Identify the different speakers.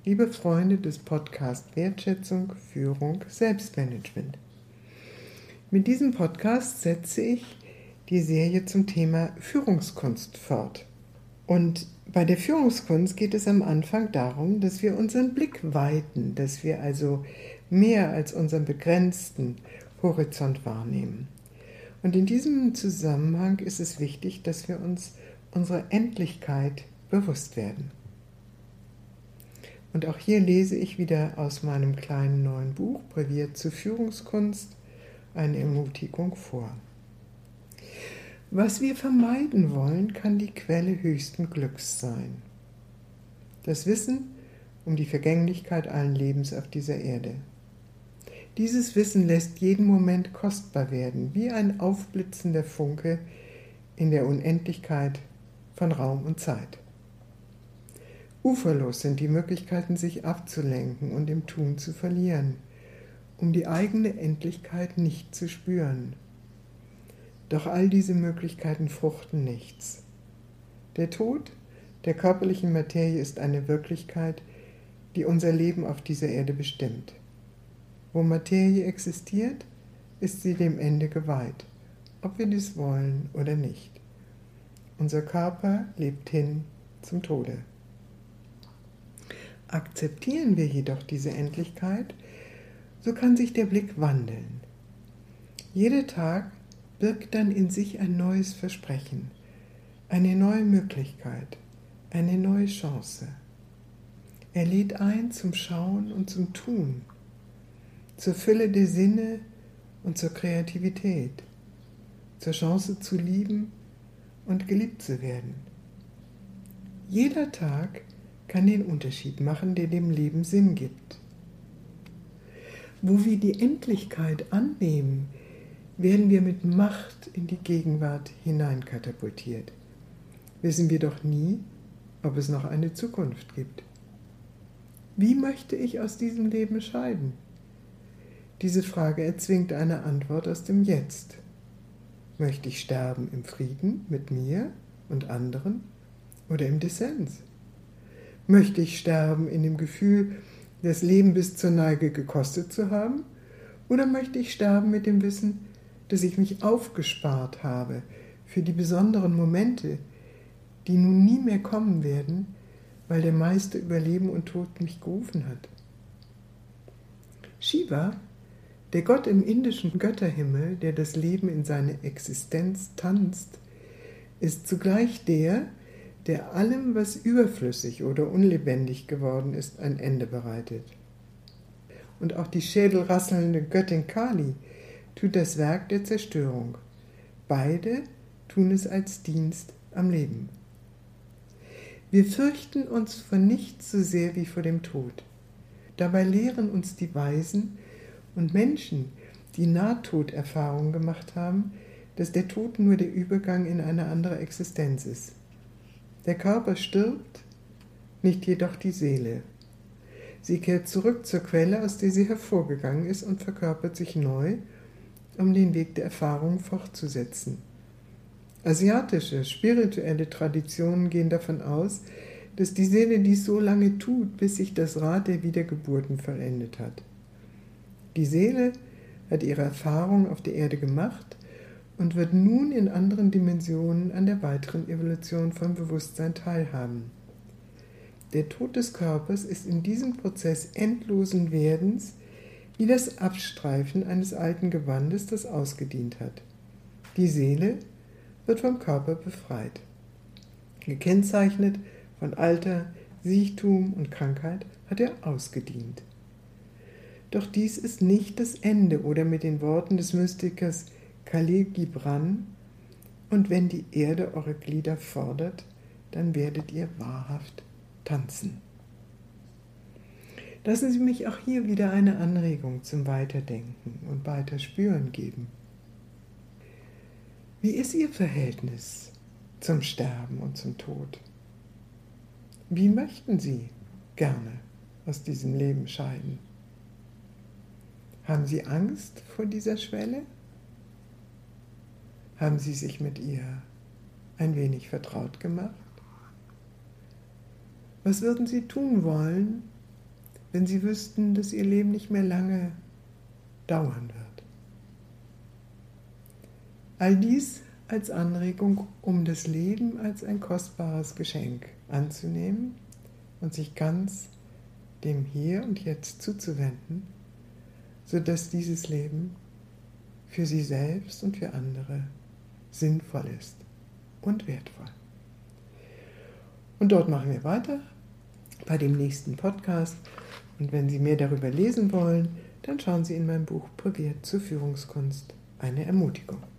Speaker 1: liebe Freunde des Podcasts Wertschätzung, Führung, Selbstmanagement. Mit diesem Podcast setze ich die Serie zum Thema Führungskunst fort. Und bei der Führungskunst geht es am Anfang darum, dass wir unseren Blick weiten, dass wir also mehr als unseren begrenzten Horizont wahrnehmen. Und in diesem Zusammenhang ist es wichtig, dass wir uns unserer Endlichkeit bewusst werden. Und auch hier lese ich wieder aus meinem kleinen neuen Buch Breviert zur Führungskunst eine Ermutigung vor. Was wir vermeiden wollen, kann die Quelle höchsten Glücks sein. Das Wissen um die Vergänglichkeit allen Lebens auf dieser Erde. Dieses Wissen lässt jeden Moment kostbar werden, wie ein aufblitzender Funke in der Unendlichkeit von Raum und Zeit. Uferlos sind die Möglichkeiten, sich abzulenken und im Tun zu verlieren, um die eigene Endlichkeit nicht zu spüren. Doch all diese Möglichkeiten fruchten nichts. Der Tod der körperlichen Materie ist eine Wirklichkeit, die unser Leben auf dieser Erde bestimmt. Wo Materie existiert, ist sie dem Ende geweiht, ob wir dies wollen oder nicht. Unser Körper lebt hin zum Tode. Akzeptieren wir jedoch diese Endlichkeit, so kann sich der Blick wandeln. Jeder Tag birgt dann in sich ein neues Versprechen, eine neue Möglichkeit, eine neue Chance. Er lädt ein zum Schauen und zum Tun, zur Fülle der Sinne und zur Kreativität, zur Chance zu lieben und geliebt zu werden. Jeder Tag kann den Unterschied machen, der dem Leben Sinn gibt. Wo wir die Endlichkeit annehmen, werden wir mit Macht in die Gegenwart hineinkatapultiert. Wissen wir doch nie, ob es noch eine Zukunft gibt. Wie möchte ich aus diesem Leben scheiden? Diese Frage erzwingt eine Antwort aus dem Jetzt. Möchte ich sterben im Frieden mit mir und anderen oder im Dissens? Möchte ich sterben in dem Gefühl, das Leben bis zur Neige gekostet zu haben? Oder möchte ich sterben mit dem Wissen, dass ich mich aufgespart habe für die besonderen Momente, die nun nie mehr kommen werden, weil der Meister über Leben und Tod mich gerufen hat? Shiva, der Gott im indischen Götterhimmel, der das Leben in seine Existenz tanzt, ist zugleich der allem, was überflüssig oder unlebendig geworden ist, ein Ende bereitet. Und auch die schädelrasselnde Göttin Kali tut das Werk der Zerstörung. Beide tun es als Dienst am Leben. Wir fürchten uns vor nichts so sehr wie vor dem Tod. Dabei lehren uns die Weisen und Menschen, die Nahtoderfahrungen gemacht haben, dass der Tod nur der Übergang in eine andere Existenz ist. Der Körper stirbt, nicht jedoch die Seele. Sie kehrt zurück zur Quelle, aus der sie hervorgegangen ist, und verkörpert sich neu, um den Weg der Erfahrung fortzusetzen. Asiatische, spirituelle Traditionen gehen davon aus, dass die Seele dies so lange tut, bis sich das Rad der Wiedergeburten vollendet hat. Die Seele hat ihre Erfahrung auf der Erde gemacht und wird nun in anderen Dimensionen an der weiteren Evolution von Bewusstsein teilhaben. Der Tod des Körpers ist in diesem Prozess endlosen Werdens wie das Abstreifen eines alten Gewandes, das ausgedient hat. Die Seele wird vom Körper befreit. Gekennzeichnet von Alter, Siechtum und Krankheit hat er ausgedient. Doch dies ist nicht das Ende, oder mit den Worten des Mystikers Khalil Gibran: und wenn die Erde eure Glieder fordert, dann werdet ihr wahrhaft tanzen. Lassen Sie mich auch hier wieder eine Anregung zum Weiterdenken und Weiterspüren geben. Wie ist Ihr Verhältnis zum Sterben und zum Tod? Wie möchten Sie gerne aus diesem Leben scheiden? Haben Sie Angst vor dieser Schwelle? Haben Sie sich mit ihr ein wenig vertraut gemacht? Was würden Sie tun wollen, wenn sie wüssten, dass ihr Leben nicht mehr lange dauern wird. All dies als Anregung, um das Leben als ein kostbares Geschenk anzunehmen und sich ganz dem Hier und Jetzt zuzuwenden, sodass dieses Leben für sie selbst und für andere sinnvoll ist und wertvoll. Und dort machen wir weiter bei dem nächsten Podcast. Und wenn Sie mehr darüber lesen wollen, dann schauen Sie in mein Buch Breviert zur Führungskunst, eine Ermutigung.